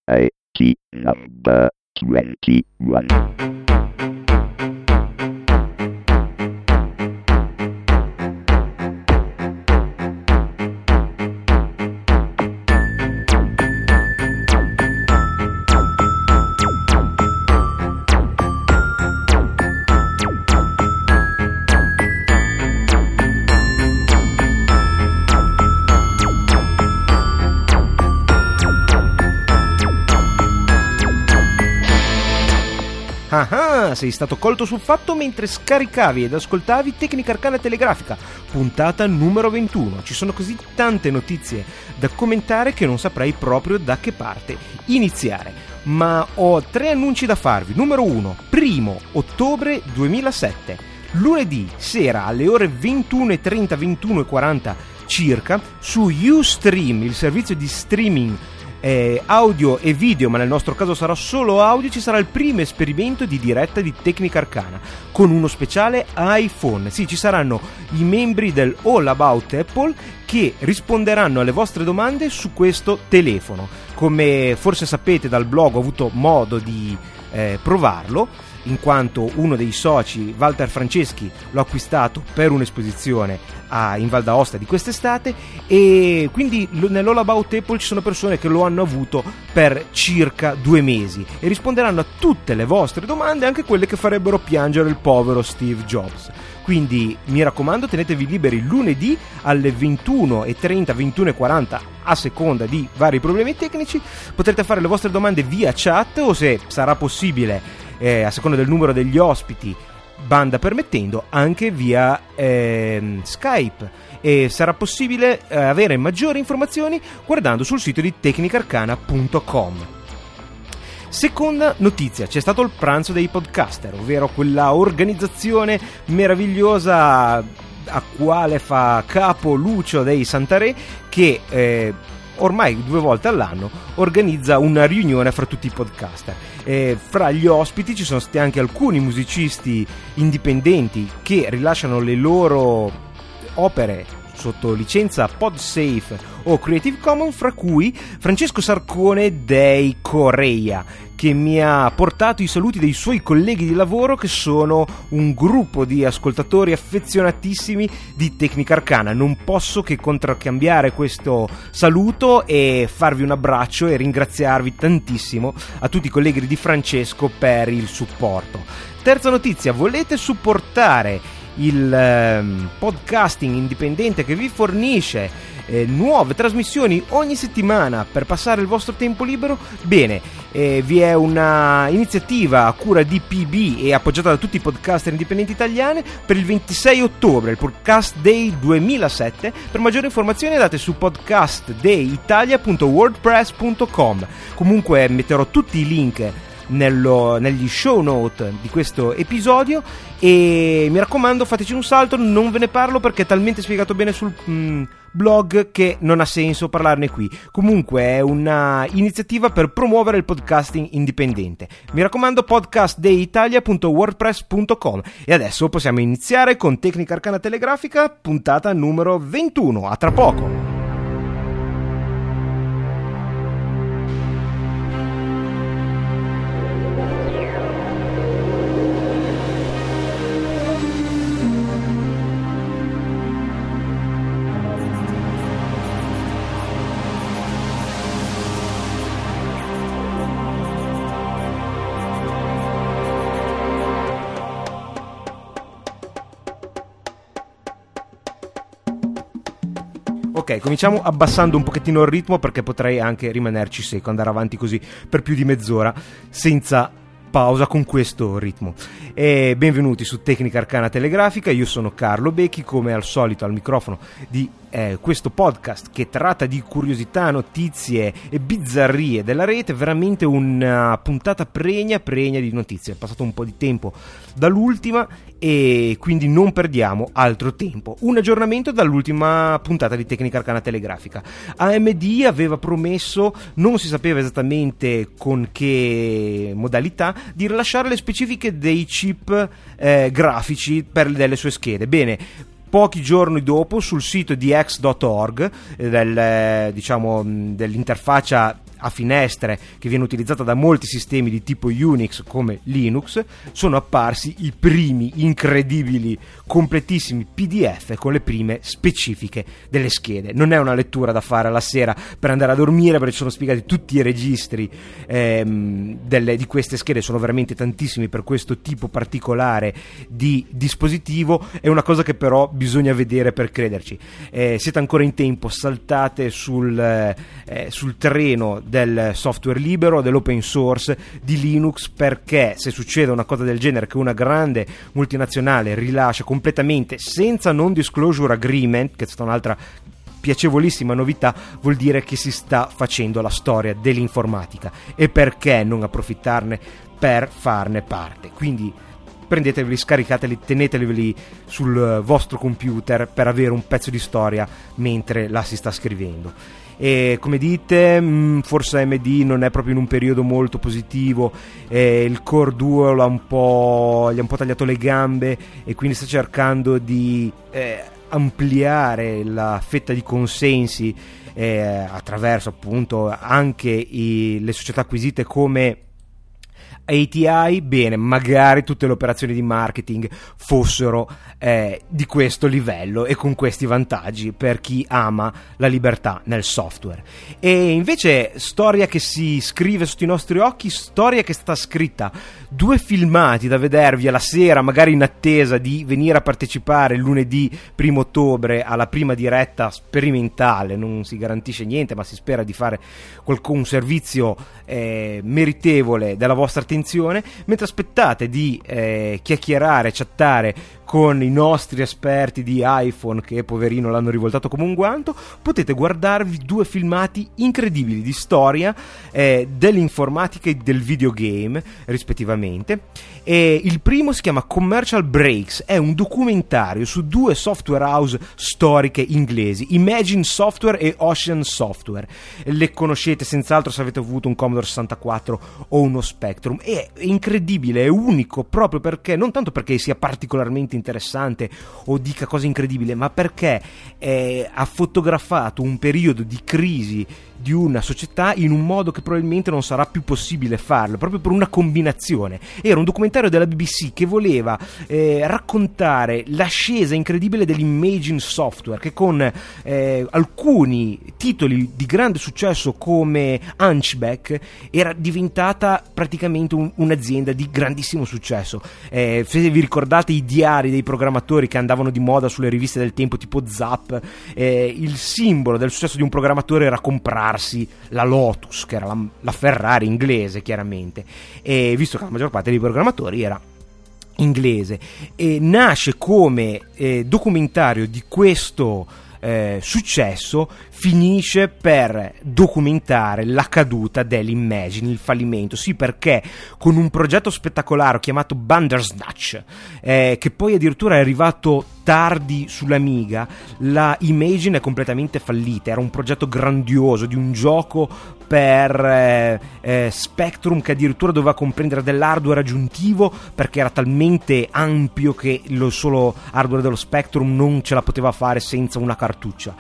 IT number 21. Ah, sei stato colto sul fatto mentre scaricavi ed ascoltavi Tecnica Arcana Telegrafica, puntata numero 21. Ci sono così tante notizie da commentare che non saprei proprio da che parte iniziare. Ma ho 3 annunci da farvi. Numero 1, 1 ottobre 2007. Lunedì sera alle ore 21:30, 21:40 circa, su Ustream, il servizio di streaming audio e video, ma nel nostro caso sarà solo audio, ci sarà il primo esperimento di diretta di Tecnica Arcana con uno speciale iPhone. Sì, ci saranno i membri del All About Apple che risponderanno alle vostre domande su questo telefono. Come forse sapete dal blog, ho avuto modo di provarlo, in quanto uno dei soci, Walter Franceschi, l'ho acquistato per un'esposizione in Val d'Aosta di quest'estate, e quindi nell'All About Apple ci sono persone che lo hanno avuto per circa 2 mesi e risponderanno a tutte le vostre domande, anche quelle che farebbero piangere il povero Steve Jobs. Quindi mi raccomando, tenetevi liberi lunedì alle 21:30, 21:40 a seconda di vari problemi tecnici. Potrete fare le vostre domande via chat o, se sarà possibile, a seconda del numero degli ospiti, banda permettendo, anche via Skype, e sarà possibile avere maggiori informazioni guardando sul sito di tecnicarcana.com. Seconda notizia, c'è stato il pranzo dei podcaster, ovvero quella organizzazione meravigliosa a quale fa capo Lucio dei Santaré, che ormai 2 volte all'anno organizza una riunione fra tutti i podcaster. Fra gli ospiti ci sono stati anche alcuni musicisti indipendenti che rilasciano le loro opere sotto licenza PodSafe o Creative Commons, fra cui Francesco Sarcone dei Correia, che mi ha portato i saluti dei suoi colleghi di lavoro, che sono un gruppo di ascoltatori affezionatissimi di Tecnica Arcana. Non posso che contraccambiare questo saluto e farvi un abbraccio e ringraziarvi tantissimo a tutti i colleghi di Francesco per il supporto. Terza notizia, volete supportare il podcasting indipendente che vi fornisce nuove trasmissioni ogni settimana per passare il vostro tempo libero? Bene, vi è una iniziativa a cura di PB e appoggiata da tutti i podcaster indipendenti italiani per il 26 ottobre, il Podcast Day 2007. Per maggiori informazioni andate su podcastdayitalia.wordpress.com. Comunque metterò tutti i link negli show note di questo episodio, e mi raccomando, fateci un salto, non ve ne parlo perché è talmente spiegato bene sul blog che non ha senso parlarne qui. Comunque è una iniziativa per promuovere il podcasting indipendente. Mi raccomando, podcastdayitalia.wordpress.com. E adesso possiamo iniziare con Tecnica Arcana Telegrafica, puntata numero 21. A tra poco. Ok, cominciamo abbassando un pochettino il ritmo, perché potrei anche rimanerci secco, andare avanti così per più di mezz'ora senza pausa con questo ritmo. E benvenuti su Tecnica Arcana Telegrafica, io sono Carlo Becchi, come al solito al microfono di questo podcast che tratta di curiosità, notizie e bizzarrie della rete. Veramente una puntata pregna di notizie. È passato un po' di tempo dall'ultima e quindi non perdiamo altro tempo. Un aggiornamento dall'ultima puntata di Tecnica Arcana Telegrafica. AMD aveva promesso, non si sapeva esattamente con che modalità, di rilasciare le specifiche dei chip grafici per delle sue schede. Bene, pochi giorni dopo sul sito di X.org dell'interfaccia a finestre che viene utilizzata da molti sistemi di tipo Unix come Linux, sono apparsi i primi incredibili, completissimi PDF con le prime specifiche delle schede. Non è una lettura da fare alla sera per andare a dormire, perché ci sono spiegati tutti i registri di queste schede, sono veramente tantissimi per questo tipo particolare di dispositivo. È una cosa che però bisogna vedere per crederci. Siete ancora in tempo, saltate sul treno del software libero, dell'open source, di Linux, perché se succede una cosa del genere, che una grande multinazionale rilascia completamente senza non disclosure agreement, che è stata un'altra piacevolissima novità, vuol dire che si sta facendo la storia dell'informatica, e perché non approfittarne per farne parte. Quindi prendeteveli, scaricateli, teneteveli sul vostro computer per avere un pezzo di storia mentre la si sta scrivendo. E come dite, forse AMD non è proprio in un periodo molto positivo, il Core Duo gli ha un po' tagliato le gambe, e quindi sta cercando di ampliare la fetta di consensi attraverso appunto anche le società acquisite come ATI. Bene, magari tutte le operazioni di marketing fossero di questo livello e con questi vantaggi per chi ama la libertà nel software. E invece storia che si scrive sotto i nostri occhi, storia che sta scritta, 2 filmati da vedervi alla sera, magari in attesa di venire a partecipare lunedì 1 ottobre alla prima diretta sperimentale. Non si garantisce niente, ma si spera di fare un servizio meritevole della vostra attenzione, mentre aspettate di chiacchierare, chattare con i nostri esperti di iPhone, che poverino l'hanno rivoltato come un guanto. Potete guardarvi 2 filmati incredibili di storia dell'informatica e del videogame rispettivamente. E il primo si chiama Commercial Breaks, è un documentario su 2 software house storiche inglesi, Imagine Software e Ocean Software. Le conoscete senz'altro se avete avuto un Commodore 64 o uno Spectrum. È incredibile, è unico, proprio perché, non tanto perché sia particolarmente interessante o dica cose incredibili, ma perché ha fotografato un periodo di crisi di una società in un modo che probabilmente non sarà più possibile farlo, proprio per una combinazione. Era un documentario della BBC che voleva raccontare l'ascesa incredibile dell'Imagine Software, che con alcuni titoli di grande successo come Hunchback era diventata praticamente un'azienda di grandissimo successo. Se vi ricordate i diari dei programmatori che andavano di moda sulle riviste del tempo tipo Zap, il simbolo del successo di un programmatore era comprarsi la Lotus, che era la Ferrari inglese, chiaramente, e visto che la maggior parte dei programmatori era inglese, e nasce come documentario di questo successo, finisce per documentare la caduta dell'Imagine, il fallimento. Sì, perché con un progetto spettacolare chiamato Bandersnatch, che poi addirittura è arrivato tardi sull'Amiga, la Imagine è completamente fallita. Era un progetto grandioso di un gioco per Spectrum che addirittura doveva comprendere dell'hardware aggiuntivo, perché era talmente ampio che lo solo hardware dello Spectrum non ce la poteva fare senza una cartuccia.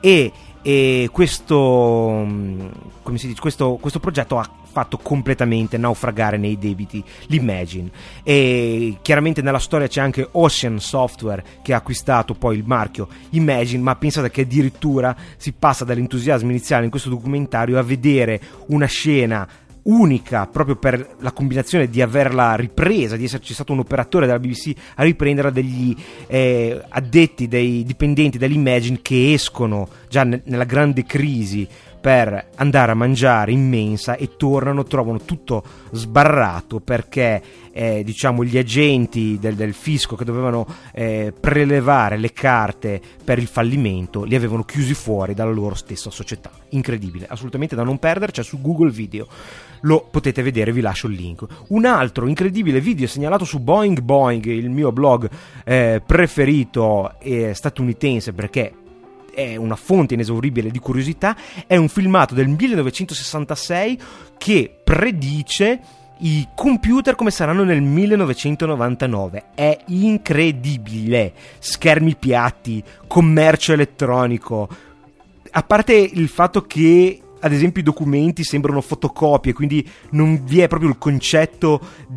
E questo, come si dice, questo progetto ha fatto completamente naufragare nei debiti l'Imagine. E chiaramente nella storia c'è anche Ocean Software, che ha acquistato poi il marchio Imagine, ma pensate che addirittura si passa dall'entusiasmo iniziale in questo documentario a vedere una scena unica, proprio per la combinazione di averla ripresa, di esserci stato un operatore della BBC a riprenderla, degli addetti, dei dipendenti dell'Imagine che escono già nella grande crisi per andare a mangiare in mensa e tornano, trovano tutto sbarrato perché diciamo gli agenti del fisco che dovevano prelevare le carte per il fallimento li avevano chiusi fuori dalla loro stessa società. Incredibile, assolutamente da non perdere, c'è su Google Video, lo potete vedere, vi lascio il link. Un altro incredibile video segnalato su Boing Boing, il mio blog preferito statunitense, perché è una fonte inesauribile di curiosità, è un filmato del 1966 che predice i computer come saranno nel 1999. È incredibile, schermi piatti, commercio elettronico, a parte il fatto che ad esempio i documenti sembrano fotocopie, quindi non vi è proprio il concetto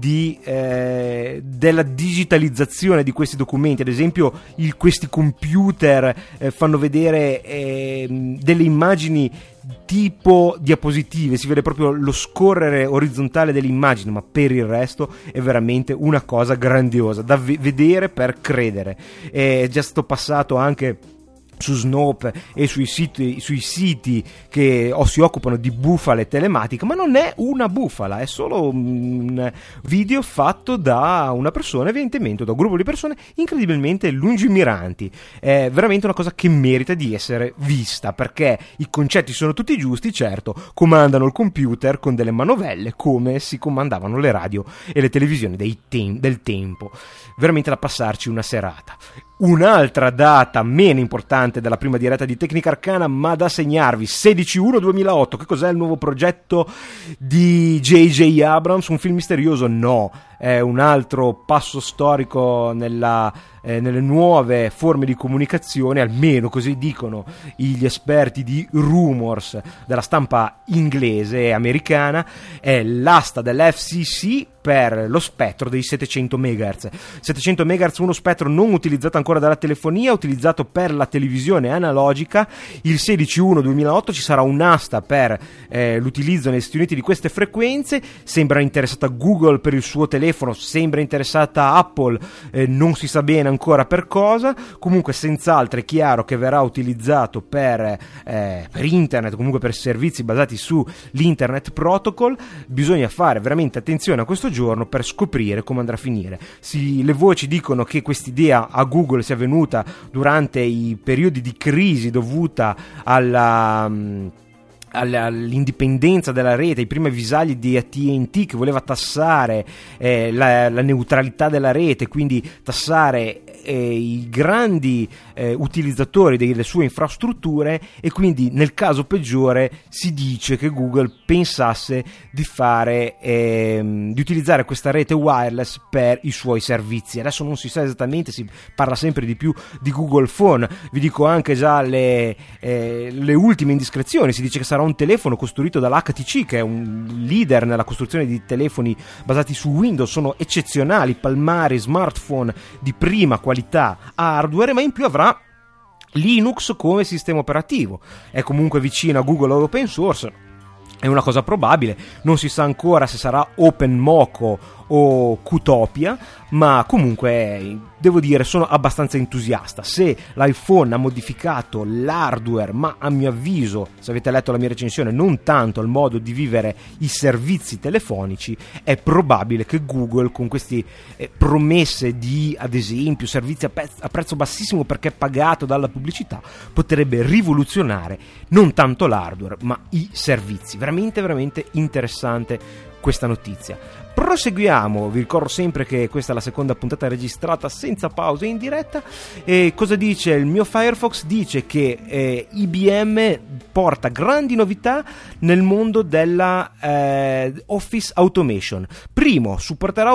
della digitalizzazione di questi documenti. Ad esempio questi computer fanno vedere delle immagini tipo diapositive, si vede proprio lo scorrere orizzontale delle immagini, ma per il resto è veramente una cosa grandiosa da vedere per credere. È già stato passato anche su Snopes e sui siti che si occupano di bufale telematiche, ma non è una bufala, è solo un video fatto da una persona, evidentemente da un gruppo di persone incredibilmente lungimiranti. È veramente una cosa che merita di essere vista, perché i concetti sono tutti giusti. Certo, comandano il computer con delle manovelle come si comandavano le radio e le televisioni del tempo. Veramente da passarci una serata. Un'altra data meno importante della prima diretta di Tecnica Arcana, ma da segnarvi: 16/1/2008. Che cos'è il nuovo progetto di J.J. Abrams? Un film misterioso? No, è un altro passo storico nelle nuove forme di comunicazione, almeno così dicono gli esperti di rumors della stampa inglese e americana. È l'asta dell'FCC per lo spettro dei 700 MHz. 700 MHz, uno spettro non utilizzato ancora dalla telefonia, utilizzato per la televisione analogica. Il 16/1/2008 ci sarà un'asta per l'utilizzo negli Stati Uniti di queste frequenze. Sembra interessata Google per il suo telefono, sembra interessata Apple, non si sa bene ancora per cosa. Comunque senz'altro è chiaro che verrà utilizzato per internet, comunque per servizi basati sull'internet protocol. Bisogna fare veramente attenzione a questo giorno per scoprire come andrà a finire. Le voci dicono che quest'idea a Google sia venuta durante i periodi di crisi dovuta all'indipendenza della rete, i primi avvisagli di AT&T che voleva tassare la neutralità della rete, quindi tassare i grandi utilizzatori delle sue infrastrutture, e quindi nel caso peggiore si dice che Google pensasse di utilizzare questa rete wireless per i suoi servizi. Adesso non si sa esattamente, si parla sempre di più di Google Phone. Vi dico anche già le ultime indiscrezioni. Si dice che sarà un telefono costruito dall'HTC, che è un leader nella costruzione di telefoni basati su Windows. Sono eccezionali, palmari, smartphone di prima qualità hardware, ma in più avrà Linux come sistema operativo. È comunque vicino a Google Open Source, è una cosa probabile. Non si sa ancora se sarà OpenMoko o Qtopia, ma comunque devo dire sono abbastanza entusiasta. Se l'iPhone ha modificato l'hardware, ma a mio avviso, se avete letto la mia recensione, non tanto il modo di vivere i servizi telefonici, è probabile che Google, con queste promesse di, ad esempio, servizi a prezzo bassissimo perché pagato dalla pubblicità, potrebbe rivoluzionare non tanto l'hardware ma i servizi. Veramente veramente interessante questa notizia. Proseguiamo, vi ricordo sempre che questa è la seconda puntata registrata senza pause in diretta. E cosa dice il mio Firefox? Dice che IBM porta grandi novità nel mondo della Office Automation. Primo, supporterà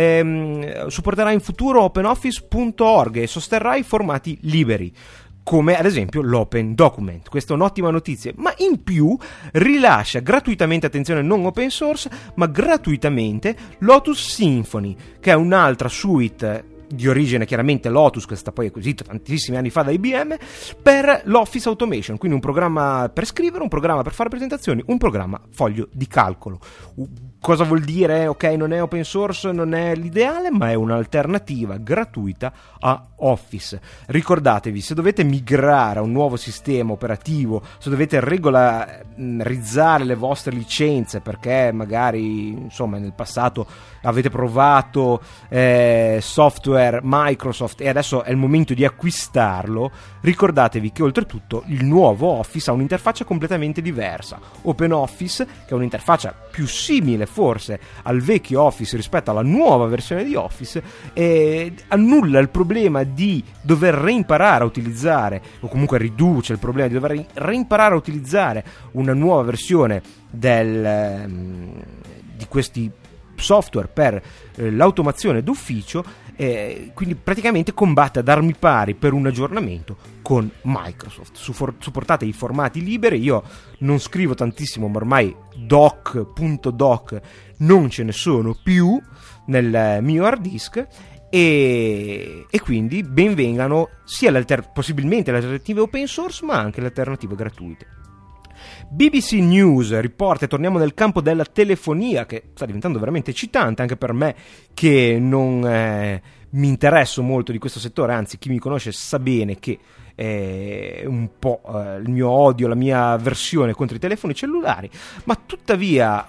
in futuro OpenOffice.org e sosterrà i formati liberi, come ad esempio l'Open Document. Questa è un'ottima notizia, ma in più rilascia gratuitamente, attenzione, non open source, ma gratuitamente Lotus Symphony, che è un'altra suite di origine chiaramente Lotus, che è stata poi acquisita tantissimi anni fa da IBM, per l'Office Automation, quindi un programma per scrivere, un programma per fare presentazioni, un programma foglio di calcolo. Cosa vuol dire? Ok, non è open source, non è l'ideale, ma è un'alternativa gratuita a Office. Ricordatevi, se dovete migrare a un nuovo sistema operativo, se dovete regolarizzare le vostre licenze perché magari insomma nel passato avete provato software Microsoft e adesso è il momento di acquistarlo, ricordatevi che oltretutto il nuovo Office ha un'interfaccia completamente diversa. OpenOffice, che è un'interfaccia più simile forse al vecchio Office rispetto alla nuova versione di Office, annulla il problema di dover reimparare a utilizzare, o comunque riduce il problema di dover reimparare a utilizzare una nuova versione di questi software per l'automazione d'ufficio, quindi praticamente combatte ad armi pari per un aggiornamento con Microsoft. Supportate i formati liberi. Io non scrivo tantissimo, ma ormai doc non ce ne sono più nel mio hard disk, e quindi benvengano sia possibilmente le alternative open source, ma anche le alternative gratuite. BBC News riporta, e torniamo nel campo della telefonia, che sta diventando veramente eccitante anche per me, che non mi interesso molto di questo settore, anzi chi mi conosce sa bene che un po' il mio odio, la mia avversione contro i telefoni cellulari, ma tuttavia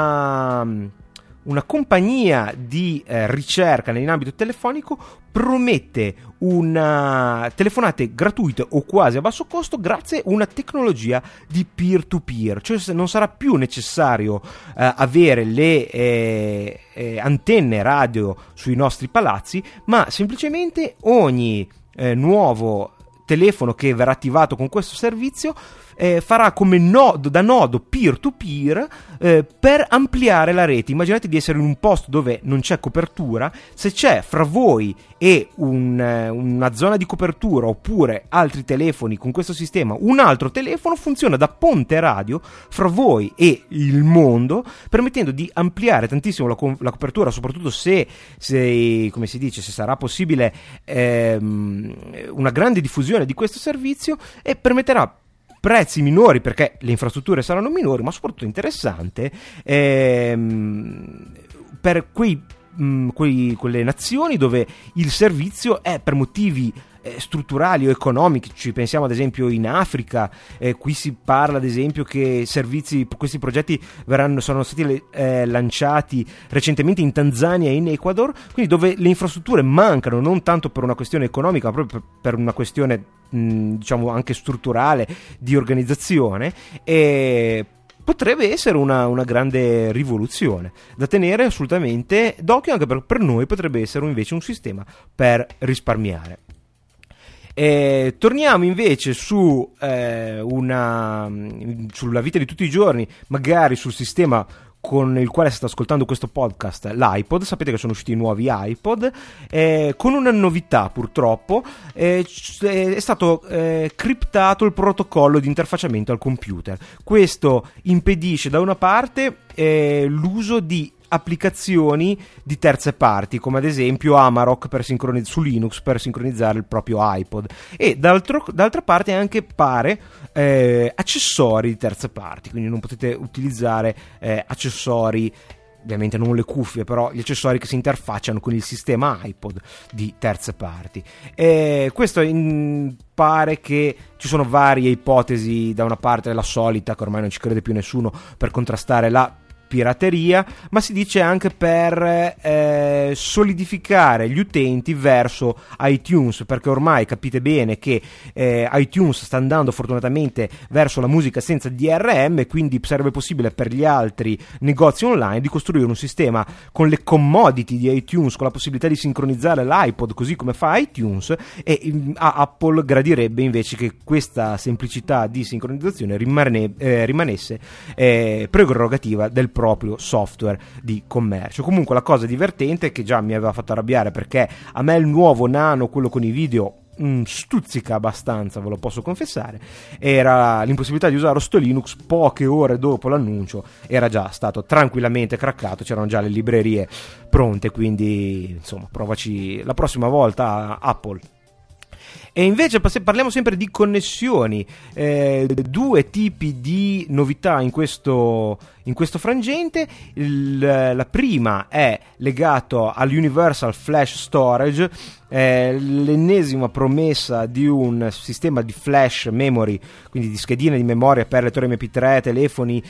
una compagnia di ricerca nell'ambito telefonico promette telefonate gratuite o quasi a basso costo grazie a una tecnologia di peer-to-peer, cioè non sarà più necessario avere le antenne radio sui nostri palazzi, ma semplicemente ogni nuovo telefono che verrà attivato con questo servizio farà come da nodo peer-to-peer per ampliare la rete. Immaginate di essere in un posto dove non c'è copertura, se c'è fra voi e una zona di copertura oppure altri telefoni con questo sistema, un altro telefono funziona da ponte radio fra voi e il mondo, permettendo di ampliare tantissimo la copertura, soprattutto se come si dice, se sarà possibile una grande diffusione di questo servizio, e permetterà prezzi minori perché le infrastrutture saranno minori, ma soprattutto interessante per quelle nazioni dove il servizio è per motivi strutturali o economici. Ci pensiamo ad esempio in Africa, qui si parla ad esempio che questi progetti sono stati lanciati recentemente in Tanzania e in Ecuador, quindi dove le infrastrutture mancano non tanto per una questione economica ma proprio per una questione diciamo anche strutturale di organizzazione, e potrebbe essere una grande rivoluzione da tenere assolutamente d'occhio, anche per noi potrebbe essere invece un sistema per risparmiare. Torniamo invece sulla vita di tutti i giorni, magari sul sistema con il quale state ascoltando questo podcast, l'iPod. Sapete che sono usciti i nuovi iPod, con una novità purtroppo, è stato criptato il protocollo di interfacciamento al computer. Questo impedisce da una parte l'uso di applicazioni di terze parti, come ad esempio Amarok su Linux per sincronizzare il proprio iPod, e d'altra parte anche accessori di terze parti, quindi non potete utilizzare accessori, ovviamente non le cuffie, però gli accessori che si interfacciano con il sistema iPod di terze parti. Questo pare che ci sono varie ipotesi, da una parte la solita, che ormai non ci crede più nessuno, per contrastare la pirateria, ma si dice anche per solidificare gli utenti verso iTunes, perché ormai capite bene che iTunes sta andando fortunatamente verso la musica senza DRM, quindi sarebbe possibile per gli altri negozi online di costruire un sistema con le commodity di iTunes, con la possibilità di sincronizzare l'iPod così come fa iTunes, e a Apple gradirebbe invece che questa semplicità di sincronizzazione rimanesse prerogativa del proprio software di commercio. Comunque la cosa divertente, che già mi aveva fatto arrabbiare perché a me il nuovo Nano, quello con i video, stuzzica abbastanza, ve lo posso confessare, era l'impossibilità di usare sto Linux. Poche ore dopo l'annuncio era già stato tranquillamente craccato, c'erano già le librerie pronte, quindi insomma provaci la prossima volta, Apple. E invece parliamo sempre di connessioni, due tipi di novità in questo frangente. La prima è legato all'Universal Flash Storage, l'ennesima promessa di un sistema di flash memory, quindi di schedine di memoria per lettori MP3, telefoni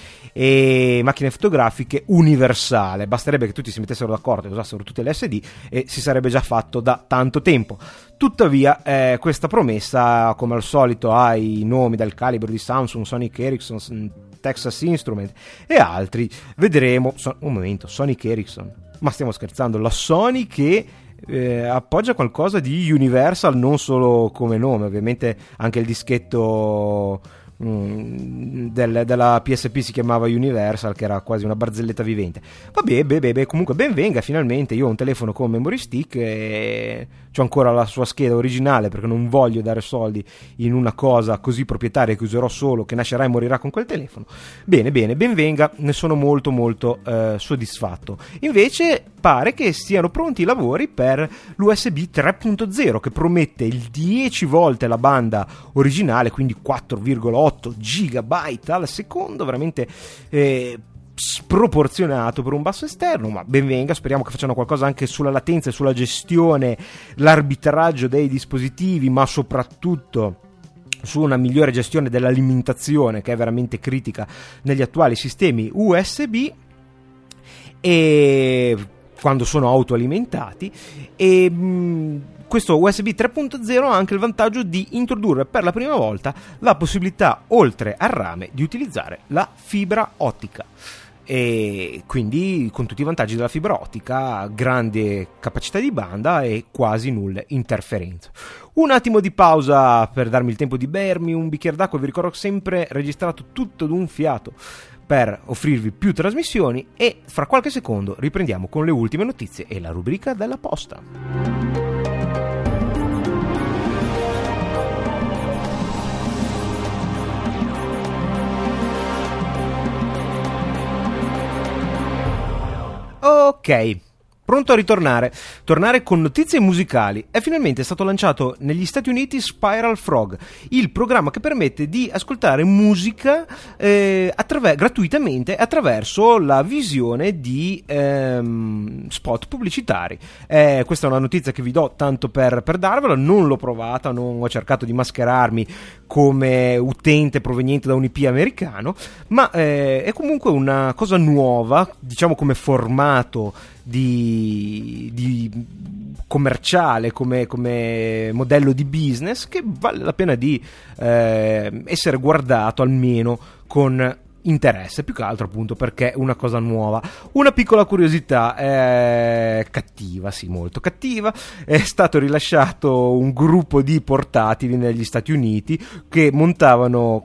e macchine fotografiche, universale. Basterebbe che tutti si mettessero d'accordo e usassero tutte le SD e si sarebbe già fatto da tanto tempo. Tuttavia questa promessa, come al solito, ha i nomi del calibro di Samsung, Sony Ericsson, Texas Instruments e altri. Vedremo. Un momento, Sony Ericsson, ma stiamo scherzando? La Sony che appoggia qualcosa di Universal, non solo come nome, ovviamente anche il dischetto della PSP si chiamava Universal, che era quasi una barzelletta vivente. Vabbè, comunque ben venga, finalmente. Io ho un telefono con memory stick e c'ho ancora la sua scheda originale, perché non voglio dare soldi in una cosa così proprietaria che userò solo, che nascerà e morirà con quel telefono. Bene, ben venga, ne sono molto soddisfatto. Invece pare che siano pronti i lavori per l'USB 3.0, che promette il 10 volte la banda originale, quindi 4,8 gigabyte al secondo, veramente sproporzionato per un basso esterno, ma ben venga. Speriamo che facciano qualcosa anche sulla latenza e sulla gestione, l'arbitraggio dei dispositivi, ma soprattutto su una migliore gestione dell'alimentazione, che è veramente critica negli attuali sistemi USB e quando sono autoalimentati. E questo USB 3.0 ha anche il vantaggio di introdurre per la prima volta la possibilità, oltre al rame, di utilizzare la fibra ottica, e quindi con tutti i vantaggi della fibra ottica, grande capacità di banda e quasi nulle interferenze. Un attimo di pausa per darmi il tempo di bermi un bicchiere d'acqua. Vi ricordo sempre registrato tutto d'un fiato per offrirvi più trasmissioni, e fra qualche secondo riprendiamo con le ultime notizie e la rubrica della posta. Ok, pronto a tornare con notizie musicali. È finalmente stato lanciato negli Stati Uniti Spiral Frog, il programma che permette di ascoltare musica gratuitamente attraverso la visione di spot pubblicitari. Questa è una notizia che vi do tanto per darvela. Non l'ho provata, non ho cercato di mascherarmi come utente proveniente da un IP americano, ma è comunque una cosa nuova, diciamo, come formato di commerciale, come modello di business, che vale la pena di essere guardato almeno con interesse, più che altro appunto perché è una cosa nuova. Una piccola curiosità cattiva, sì, molto cattiva: è stato rilasciato un gruppo di portatili negli Stati Uniti che montavano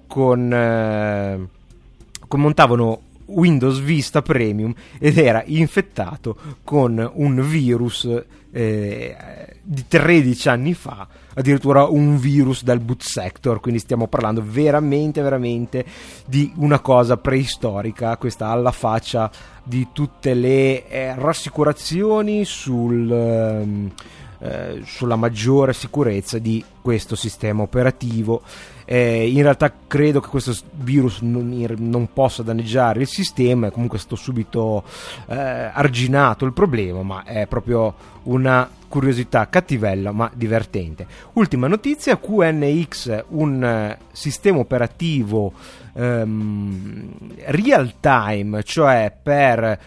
Windows Vista Premium ed era infettato con un virus di 13 anni fa, addirittura un virus dal boot sector, quindi stiamo parlando veramente di una cosa preistorica, questa, alla faccia di tutte le rassicurazioni sulla maggiore sicurezza di questo sistema operativo. In realtà credo che questo virus non possa danneggiare il sistema, e comunque sto subito arginato il problema, ma è proprio una curiosità cattivella ma divertente. Ultima notizia: QNX, un sistema operativo real time, cioè per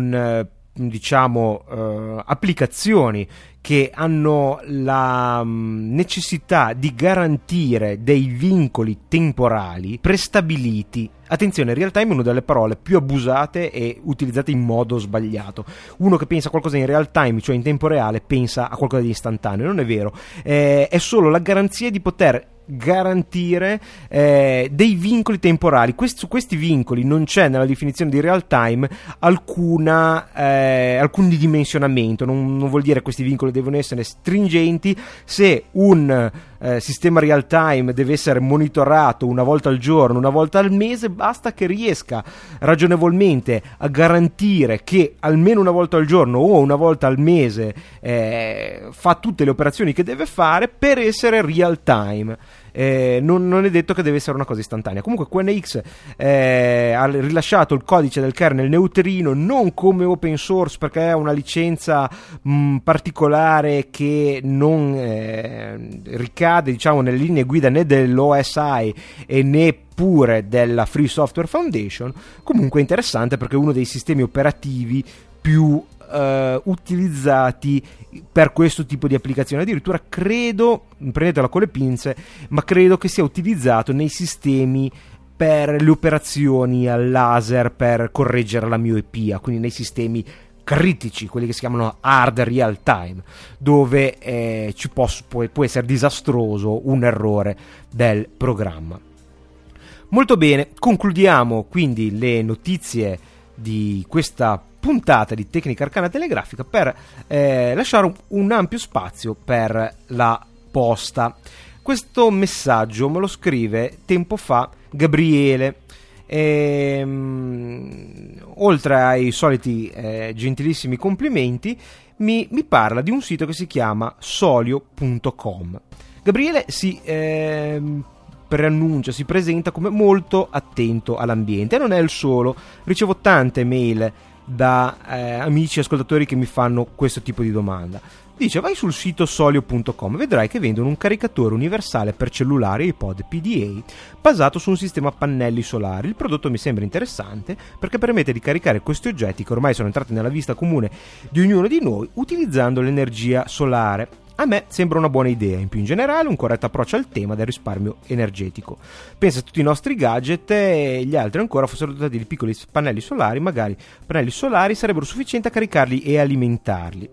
applicazioni che hanno la necessità di garantire dei vincoli temporali prestabiliti. Attenzione, real time è una delle parole più abusate e utilizzate in modo sbagliato. Uno che pensa a qualcosa in real time, cioè in tempo reale, pensa a qualcosa di istantaneo. Non è vero, è solo la garanzia di poter garantire dei vincoli temporali. Su questi vincoli non c'è nella definizione di real time alcun dimensionamento. Non vuol dire che questi vincoli devono essere stringenti. Se un sistema real time deve essere monitorato una volta al giorno, una volta al mese, basta che riesca ragionevolmente a garantire che almeno una volta al giorno o una volta al mese fa tutte le operazioni che deve fare per essere real time. Non è detto che deve essere una cosa istantanea. Comunque QNX ha rilasciato il codice del kernel neutrino, non come open source, perché è una licenza particolare che non ricade, diciamo, nelle linee guida né dell'OSI e né pure della Free Software Foundation. Comunque è interessante perché è uno dei sistemi operativi più utilizzati per questo tipo di applicazione. Addirittura credo, prendetela con le pinze, ma credo che sia utilizzato nei sistemi per le operazioni al laser per correggere la miopia, quindi nei sistemi critici, quelli che si chiamano hard real time, dove può essere disastroso un errore del programma. Molto bene, concludiamo quindi le notizie di questa puntata di Tecnica Arcana Telegrafica per lasciare un ampio spazio per la posta. Questo messaggio me lo scrive tempo fa Gabriele. Oltre ai soliti gentilissimi complimenti, mi parla di un sito che si chiama solio.com. Gabriele si preannuncia, si presenta come molto attento all'ambiente, e non è il solo. Ricevo tante mail da amici ascoltatori che mi fanno questo tipo di domanda. Dice: vai sul sito solio.com, vedrai che vendono un caricatore universale per cellulare iPod PDA basato su un sistema a pannelli solari. Il prodotto mi sembra interessante perché permette di caricare questi oggetti che ormai sono entrati nella vista comune di ognuno di noi utilizzando l'energia solare. A me sembra una buona idea, in più in generale un corretto approccio al tema del risparmio energetico. Pensa a tutti i nostri gadget e gli altri ancora fossero dotati di piccoli pannelli solari, magari pannelli solari sarebbero sufficienti a caricarli e alimentarli.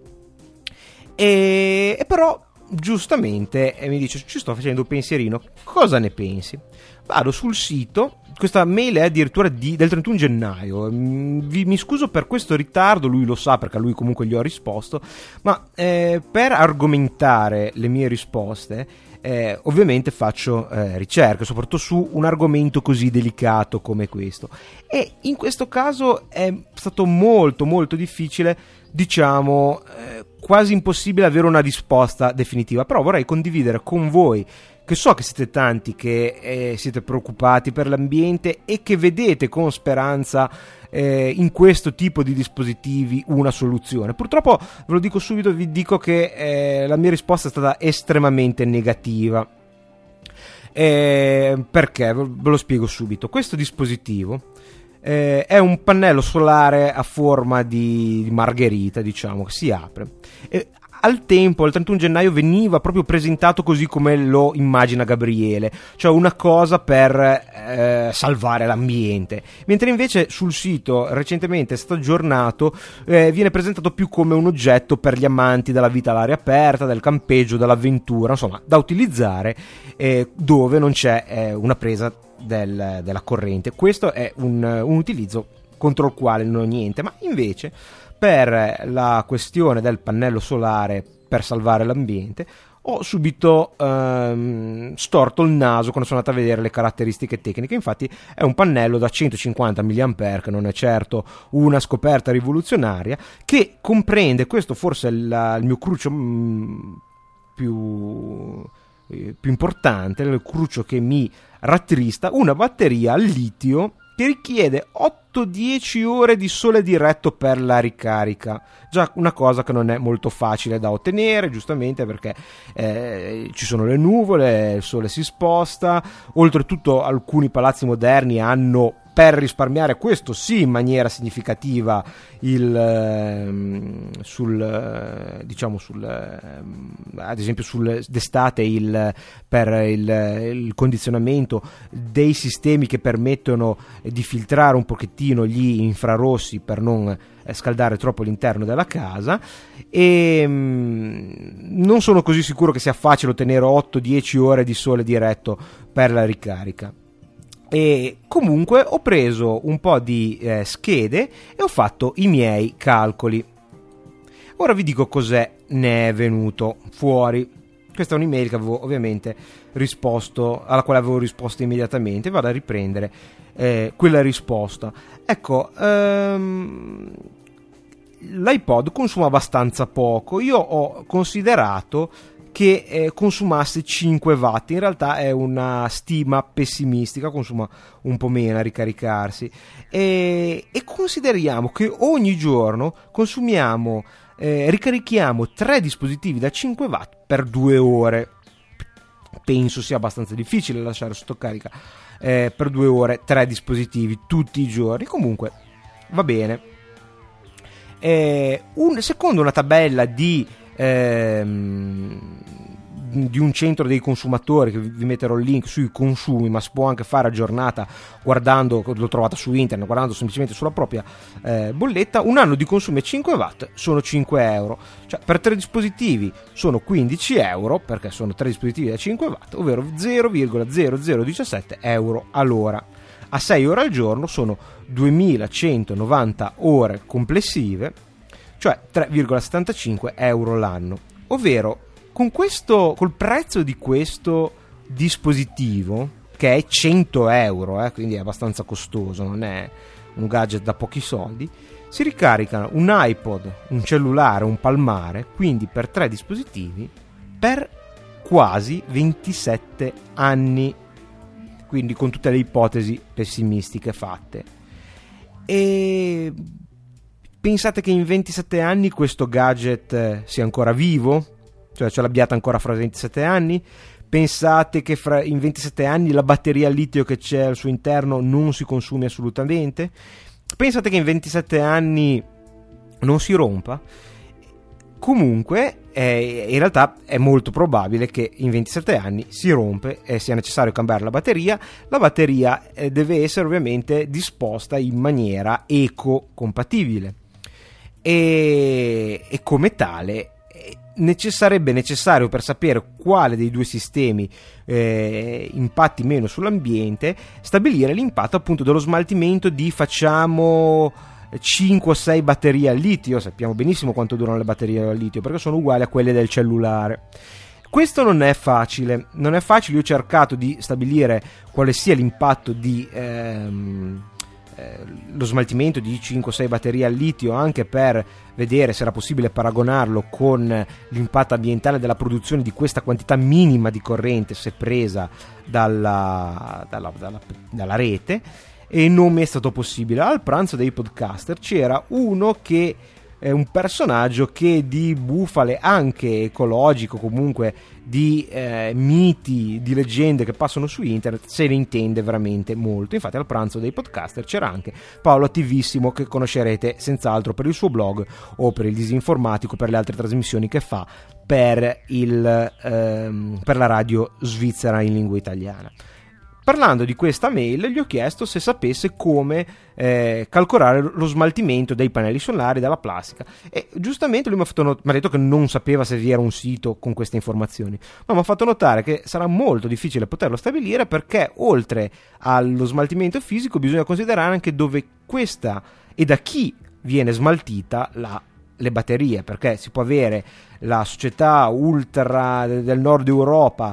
E però giustamente mi dice: ci sto facendo un pensierino, cosa ne pensi? Vado sul sito, questa mail è addirittura del 31 gennaio, mi scuso per questo ritardo, lui lo sa perché a lui comunque gli ho risposto, ma per argomentare le mie risposte ovviamente faccio ricerche, soprattutto su un argomento così delicato come questo, e in questo caso è stato molto molto difficile, diciamo quasi impossibile avere una risposta definitiva, però vorrei condividere con voi, che so che siete tanti che siete preoccupati per l'ambiente e che vedete con speranza in questo tipo di dispositivi una soluzione. Purtroppo, ve lo dico subito, vi dico che la mia risposta è stata estremamente negativa. Perché? Ve lo spiego subito. Questo dispositivo è un pannello solare a forma di margherita, diciamo, che si apre. Al tempo, il 31 gennaio, veniva proprio presentato così come lo immagina Gabriele, cioè una cosa per salvare l'ambiente, mentre invece sul sito recentemente è stato aggiornato, viene presentato più come un oggetto per gli amanti della vita all'aria aperta, del campeggio, dell'avventura, insomma da utilizzare dove non c'è una presa della corrente. Questo è un utilizzo contro il quale non ho niente, ma invece per la questione del pannello solare per salvare l'ambiente ho subito storto il naso quando sono andato a vedere le caratteristiche tecniche. Infatti è un pannello da 150 mAh, che non è certo una scoperta rivoluzionaria, che comprende, questo forse è il mio cruccio più importante, il cruccio che mi rattrista, una batteria al litio che richiede 8-10 ore di sole diretto per la ricarica. Già una cosa che non è molto facile da ottenere, giustamente perché ci sono le nuvole, il sole si sposta. Oltretutto alcuni palazzi moderni hanno, per risparmiare, questo sì in maniera significativa, ad esempio d'estate per il condizionamento, dei sistemi che permettono di filtrare un pochettino gli infrarossi per non scaldare troppo l'interno della casa, e non sono così sicuro che sia facile ottenere 8-10 ore di sole diretto per la ricarica. E comunque ho preso un po' di schede e ho fatto i miei calcoli. Ora vi dico cos'è ne è venuto fuori. Questa è un'email che avevo ovviamente risposto, alla quale avevo risposto immediatamente. Vado a riprendere quella risposta. Ecco, l'iPod consuma abbastanza poco. Io ho considerato che consumasse 5 watt. In realtà è una stima pessimistica, consuma un po' meno a ricaricarsi, e consideriamo che ogni giorno ricarichiamo 3 dispositivi da 5 watt per 2 ore. Penso sia abbastanza difficile lasciare sotto carica per 2 ore 3 dispositivi tutti i giorni. Comunque va bene. Secondo una tabella di di un centro dei consumatori, che vi metterò il link sui consumi, ma si può anche fare a giornata guardando, l'ho trovata su internet, guardando semplicemente sulla propria bolletta. Un anno di consumo a 5 watt sono 5 euro, cioè per 3 dispositivi sono 15 euro, perché sono 3 dispositivi da 5 watt, ovvero 0,0017 euro all'ora. A 6 ore al giorno sono 2190 ore complessive, cioè 3,75 euro l'anno. Ovvero, col prezzo di questo dispositivo, che è 100 euro, quindi è abbastanza costoso, non è un gadget da pochi soldi, si ricarica un iPod, un cellulare, un palmare, quindi per 3 dispositivi, per quasi 27 anni, quindi con tutte le ipotesi pessimistiche fatte. E pensate che in 27 anni questo gadget sia ancora vivo? Cioè ce l'abbiate ancora fra 27 anni? Pensate che in 27 anni la batteria al litio che c'è al suo interno non si consumi assolutamente? Pensate che in 27 anni non si rompa? Comunque, in realtà è molto probabile che in 27 anni si rompe e sia necessario cambiare la batteria. La batteria deve essere ovviamente disposta in maniera eco-compatibile e come tale sarebbe necessario, per sapere quale dei due sistemi impatti meno sull'ambiente, stabilire l'impatto appunto dello smaltimento di, facciamo, 5 o 6 batterie al litio. Sappiamo benissimo quanto durano le batterie al litio, perché sono uguali a quelle del cellulare. Questo non è facile. Io ho cercato di stabilire quale sia l'impatto di lo smaltimento di 5 o 6 batterie al litio, anche per vedere se era possibile paragonarlo con l'impatto ambientale della produzione di questa quantità minima di corrente se presa dalla rete, e non mi è stato possibile. Al pranzo dei podcaster c'era uno che è un personaggio che di bufale anche ecologico, comunque di miti, di leggende che passano su internet, se ne intende veramente molto. Infatti al pranzo dei podcaster c'era anche Paolo Attivissimo, che conoscerete senz'altro per il suo blog o per il Disinformatico, per le altre trasmissioni che fa per la radio svizzera in lingua italiana. Parlando di questa mail, gli ho chiesto se sapesse come calcolare lo smaltimento dei pannelli solari dalla plastica, e giustamente lui mi ha detto che non sapeva se vi era un sito con queste informazioni, ma mi ha fatto notare che sarà molto difficile poterlo stabilire, perché oltre allo smaltimento fisico bisogna considerare anche dove questa e da chi viene smaltita le batterie, perché si può avere la società ultra del nord Europa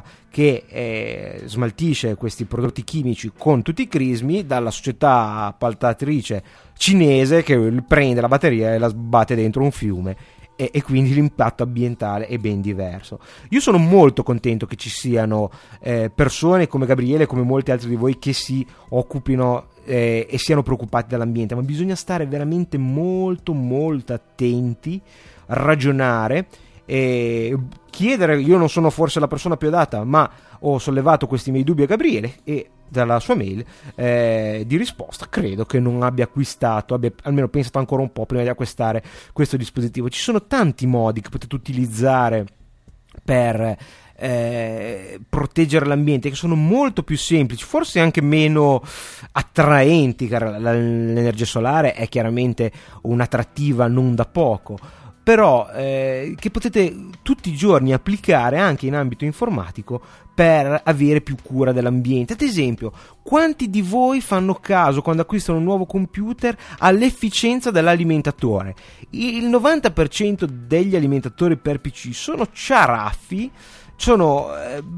che smaltisce questi prodotti chimici con tutti i crismi, dalla società appaltatrice cinese che prende la batteria e la sbatte dentro un fiume, e quindi l'impatto ambientale è ben diverso. Io sono molto contento che ci siano persone come Gabriele e come molti altri di voi che si occupino e siano preoccupati dall'ambiente, ma bisogna stare veramente molto molto attenti, ragionare e chiedere. Io non sono forse la persona più adatta, ma ho sollevato questi miei dubbi a Gabriele, e dalla sua mail di risposta credo che non abbia almeno pensato ancora un po' prima di acquistare questo dispositivo. Ci sono tanti modi che potete utilizzare per proteggere l'ambiente, che sono molto più semplici, forse anche meno attraenti. L'energia solare è chiaramente un'attrattiva non da poco, però che potete tutti i giorni applicare anche in ambito informatico per avere più cura dell'ambiente. Ad esempio, quanti di voi fanno caso, quando acquistano un nuovo computer, all'efficienza dell'alimentatore? Il 90% degli alimentatori per PC sono ciaraffi, sono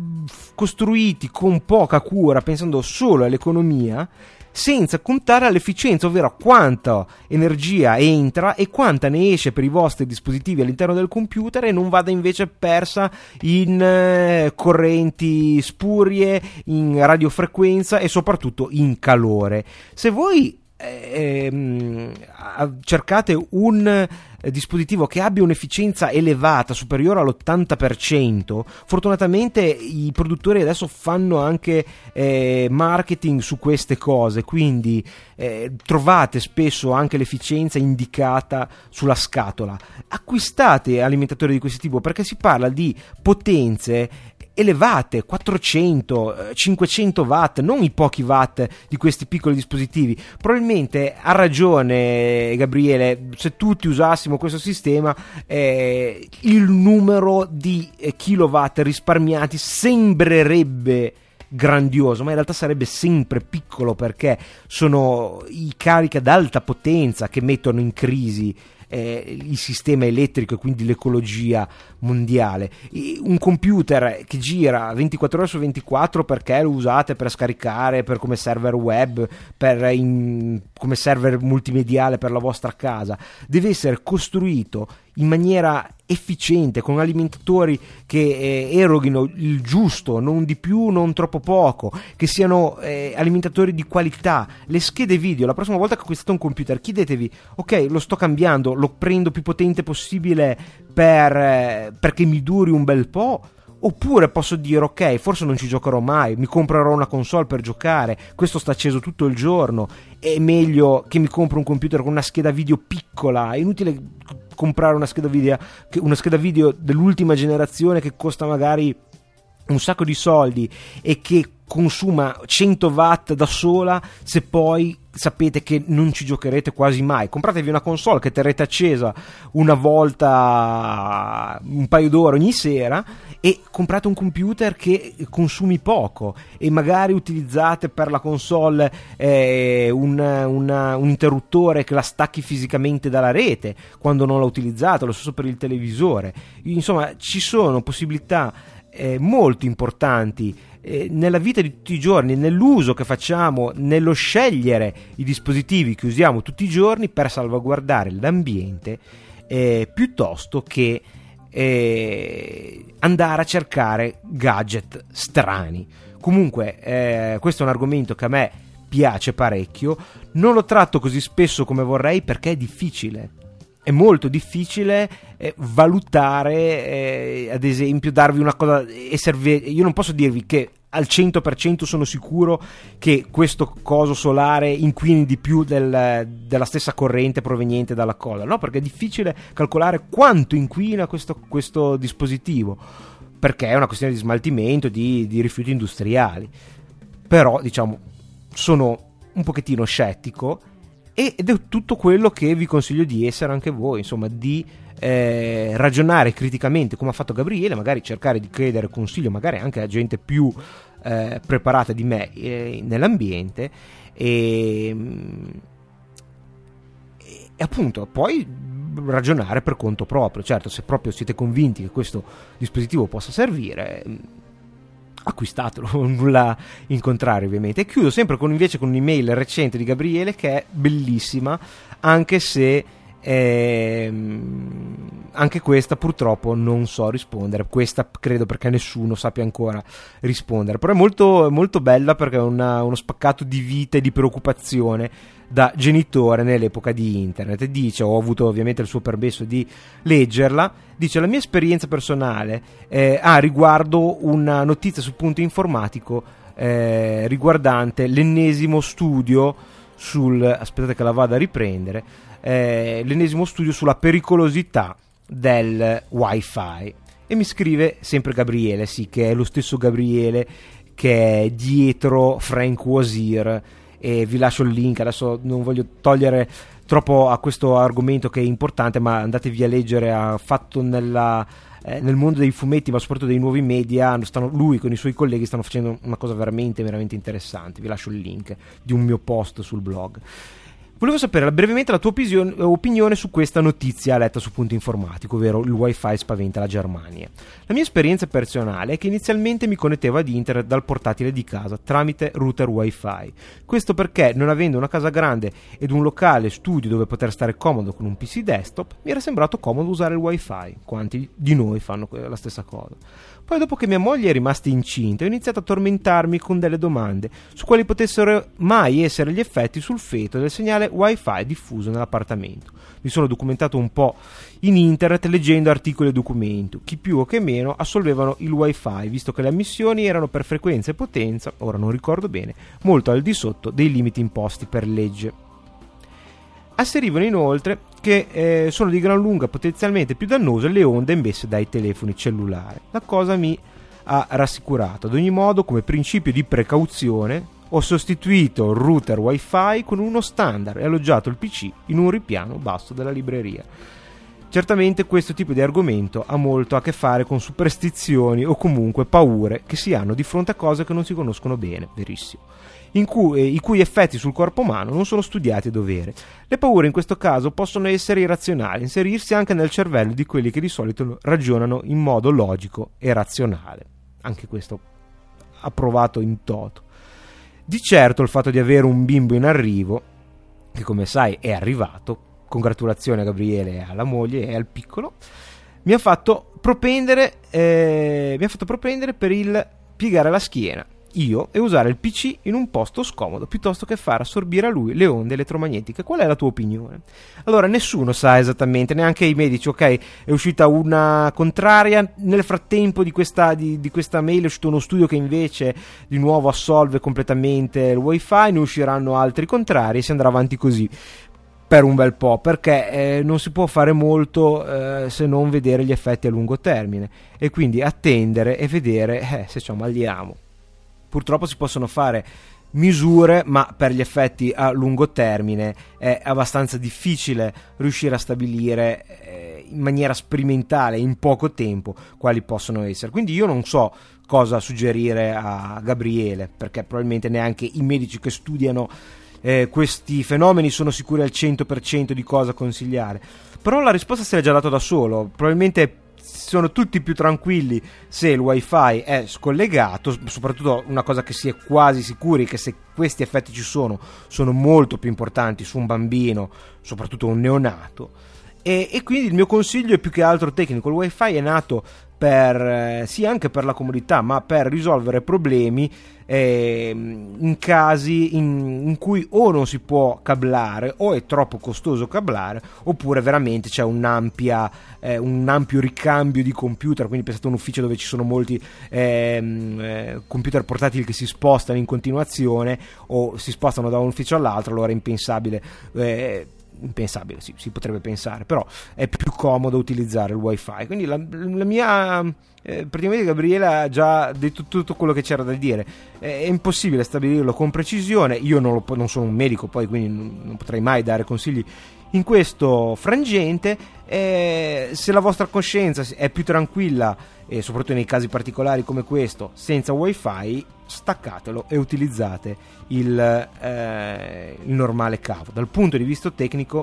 costruiti con poca cura, pensando solo all'economia, senza contare all'efficienza, ovvero quanta energia entra e quanta ne esce per i vostri dispositivi all'interno del computer, e non vada invece persa in correnti spurie, in radiofrequenza e soprattutto in calore. Se voi cercate un dispositivo che abbia un'efficienza elevata, superiore all'80%, fortunatamente i produttori adesso fanno anche marketing su queste cose, quindi trovate spesso anche l'efficienza indicata sulla scatola. Acquistate alimentatori di questo tipo, perché si parla di potenze elevate, 400, 500 watt, non i pochi watt di questi piccoli dispositivi. Probabilmente ha ragione Gabriele, se tutti usassimo questo sistema il numero di kilowatt risparmiati sembrerebbe grandioso, ma in realtà sarebbe sempre piccolo, perché sono i carichi ad alta potenza che mettono in crisi il sistema elettrico e quindi l'ecologia mondiale. Un computer che gira 24 ore su 24 perché lo usate per scaricare, per come server web, come server multimediale per la vostra casa, deve essere costruito in maniera efficiente, con alimentatori che eroghino il giusto, non di più, non troppo poco, che siano alimentatori di qualità. Le schede video, la prossima volta che acquistate un computer, chiedetevi: ok, lo sto cambiando, lo prendo più potente possibile perché mi duri un bel po', oppure posso dire ok, forse non ci giocherò mai, mi comprerò una console per giocare, questo sta acceso tutto il giorno, è meglio che mi compro un computer con una scheda video piccola. È inutile comprare una scheda video dell'ultima generazione che costa magari un sacco di soldi e che consuma 100 watt da sola, se poi sapete che non ci giocherete quasi mai. Compratevi una console che terrete accesa una volta un paio d'ore ogni sera, e comprate un computer che consumi poco, e magari utilizzate per la console un interruttore che la stacchi fisicamente dalla rete quando non la utilizzate, lo stesso per il televisore. Insomma, ci sono possibilità molto importanti nella vita di tutti i giorni, nell'uso che facciamo, nello scegliere i dispositivi che usiamo tutti i giorni per salvaguardare l'ambiente, piuttosto che andare a cercare gadget strani. Comunque questo è un argomento che a me piace parecchio, non lo tratto così spesso come vorrei perché è difficile. È molto difficile valutare, ad esempio, darvi una cosa. Io non posso dirvi che al 100% sono sicuro che questo coso solare inquini di più della stessa corrente proveniente dalla colla, no? Perché è difficile calcolare quanto inquina questo dispositivo, perché è una questione di smaltimento di rifiuti industriali. Però, diciamo, sono un pochettino scettico, ed è tutto quello che vi consiglio di essere anche voi, insomma, di ragionare criticamente come ha fatto Gabriele, magari cercare di chiedere consiglio magari anche a gente più preparata di me nell'ambiente, e appunto poi ragionare per conto proprio. Certo, se proprio siete convinti che questo dispositivo possa servire, acquistatelo, nulla in contrario ovviamente. E chiudo sempre invece con un'email recente di Gabriele che è bellissima, anche se anche questa purtroppo non so rispondere. Questa credo perché nessuno sappia ancora rispondere, però è molto, molto bella, perché è uno spaccato di vita e di preoccupazione da genitore nell'epoca di internet. E dice, ho avuto ovviamente il suo permesso di leggerla, dice: la mia esperienza personale riguardo una notizia sul punto informatico riguardante l'ennesimo studio aspettate che la vada a riprendere, l'ennesimo studio sulla pericolosità del wifi. E mi scrive sempre Gabriele, sì, che è lo stesso Gabriele che è dietro Frank Wazir, e vi lascio il link. Adesso non voglio togliere troppo a questo argomento che è importante, ma andatevi a leggere. Ha fatto nel mondo dei fumetti, ma soprattutto dei nuovi media, lui con i suoi colleghi stanno facendo una cosa veramente veramente interessante. Vi lascio il link di un mio post sul blog. Volevo sapere brevemente la tua opinione su questa notizia letta su Punto Informatico, ovvero il wifi spaventa la Germania. La mia esperienza personale è che inizialmente mi connettevo ad internet dal portatile di casa tramite router wifi. Questo perché, non avendo una casa grande ed un locale studio dove poter stare comodo con un PC desktop, mi era sembrato comodo usare il wifi. Quanti di noi fanno la stessa cosa? Poi, dopo che mia moglie è rimasta incinta, ho iniziato a tormentarmi con delle domande su quali potessero mai essere gli effetti sul feto del segnale wifi diffuso nell'appartamento. Mi sono documentato un po' in internet leggendo articoli e documenti. Chi più o che meno assolvevano il wifi, visto che le ammissioni erano per frequenza e potenza, ora non ricordo bene, molto al di sotto dei limiti imposti per legge. Asserivano inoltre che sono di gran lunga potenzialmente più dannose le onde emesse dai telefoni cellulari. La cosa mi ha rassicurato. Ad ogni modo, come principio di precauzione, ho sostituito il router wifi con uno standard e alloggiato il PC in un ripiano basso della libreria. Certamente questo tipo di argomento ha molto a che fare con superstizioni o comunque paure che si hanno di fronte a cose che non si conoscono bene, verissimo, i cui effetti sul corpo umano non sono studiati a dovere. Le paure in questo caso possono essere irrazionali, inserirsi anche nel cervello di quelli che di solito ragionano in modo logico e razionale. Anche questo approvato in toto. Di certo il fatto di avere un bimbo in arrivo, che come sai è arrivato, congratulazioni a Gabriele e alla moglie e al piccolo, mi ha fatto propendere per il piegare la schiena io e usare il PC in un posto scomodo piuttosto che far assorbire a lui le onde elettromagnetiche. Qual è la tua opinione? Allora, nessuno sa esattamente, neanche i medici. Ok, è uscita una contraria, nel frattempo di questa mail è uscito uno studio che invece di nuovo assolve completamente il wifi, ne usciranno altri contrari e si andrà avanti così per un bel po', perché non si può fare molto se non vedere gli effetti a lungo termine, e quindi attendere e vedere se ci ammaliamo. Purtroppo si possono fare misure, ma per gli effetti a lungo termine è abbastanza difficile riuscire a stabilire in maniera sperimentale in poco tempo quali possono essere. Quindi io non so cosa suggerire a Gabriele, perché probabilmente neanche i medici che studiano questi fenomeni sono sicuri al 100% di cosa consigliare. Però la risposta se l'è già data da solo. Probabilmente sono tutti più tranquilli se il wifi è scollegato, soprattutto una cosa che si è quasi sicuri che se questi effetti ci sono molto più importanti su un bambino, soprattutto un neonato, e quindi il mio consiglio è più che altro tecnico. Il wifi è nato per sì, anche per la comodità, ma per risolvere problemi in casi in cui o non si può cablare o è troppo costoso cablare, oppure veramente c'è un ampio ricambio di computer. Quindi pensate a un ufficio dove ci sono molti computer portatili che si spostano in continuazione o si spostano da un ufficio all'altro, allora è impensabile, sì, si potrebbe pensare, però è più comodo utilizzare il wifi. Quindi la mia praticamente Gabriele ha già detto tutto quello che c'era da dire. È impossibile stabilirlo con precisione, io non sono un medico poi, quindi non potrei mai dare consigli in questo frangente. Se la vostra coscienza è più tranquilla, e soprattutto nei casi particolari come questo, senza wifi, staccatelo e utilizzate il normale cavo. Dal punto di vista tecnico,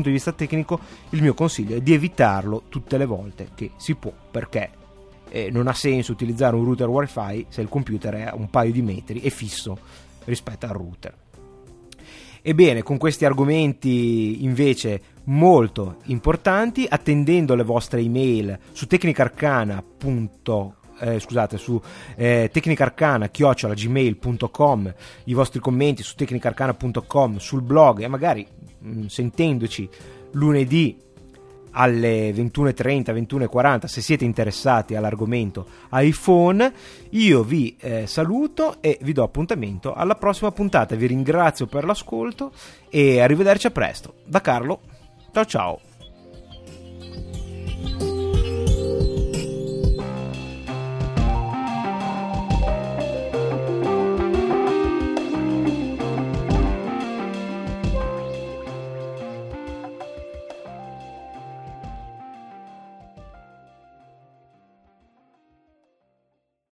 il mio consiglio è di evitarlo tutte le volte che si può, perché non ha senso utilizzare un router wifi se il computer è a un paio di metri e fisso rispetto al router. Ebbene, con questi argomenti invece molto importanti, attendendo le vostre email su tecnicarcana@gmail.com, i vostri commenti su tecnicarcana.com, sul blog, e magari sentendoci lunedì alle 21:30, 21:40, se siete interessati all'argomento iPhone. Io vi saluto e vi do appuntamento alla prossima puntata. Vi ringrazio per l'ascolto e arrivederci a presto. Da Carlo, ciao ciao.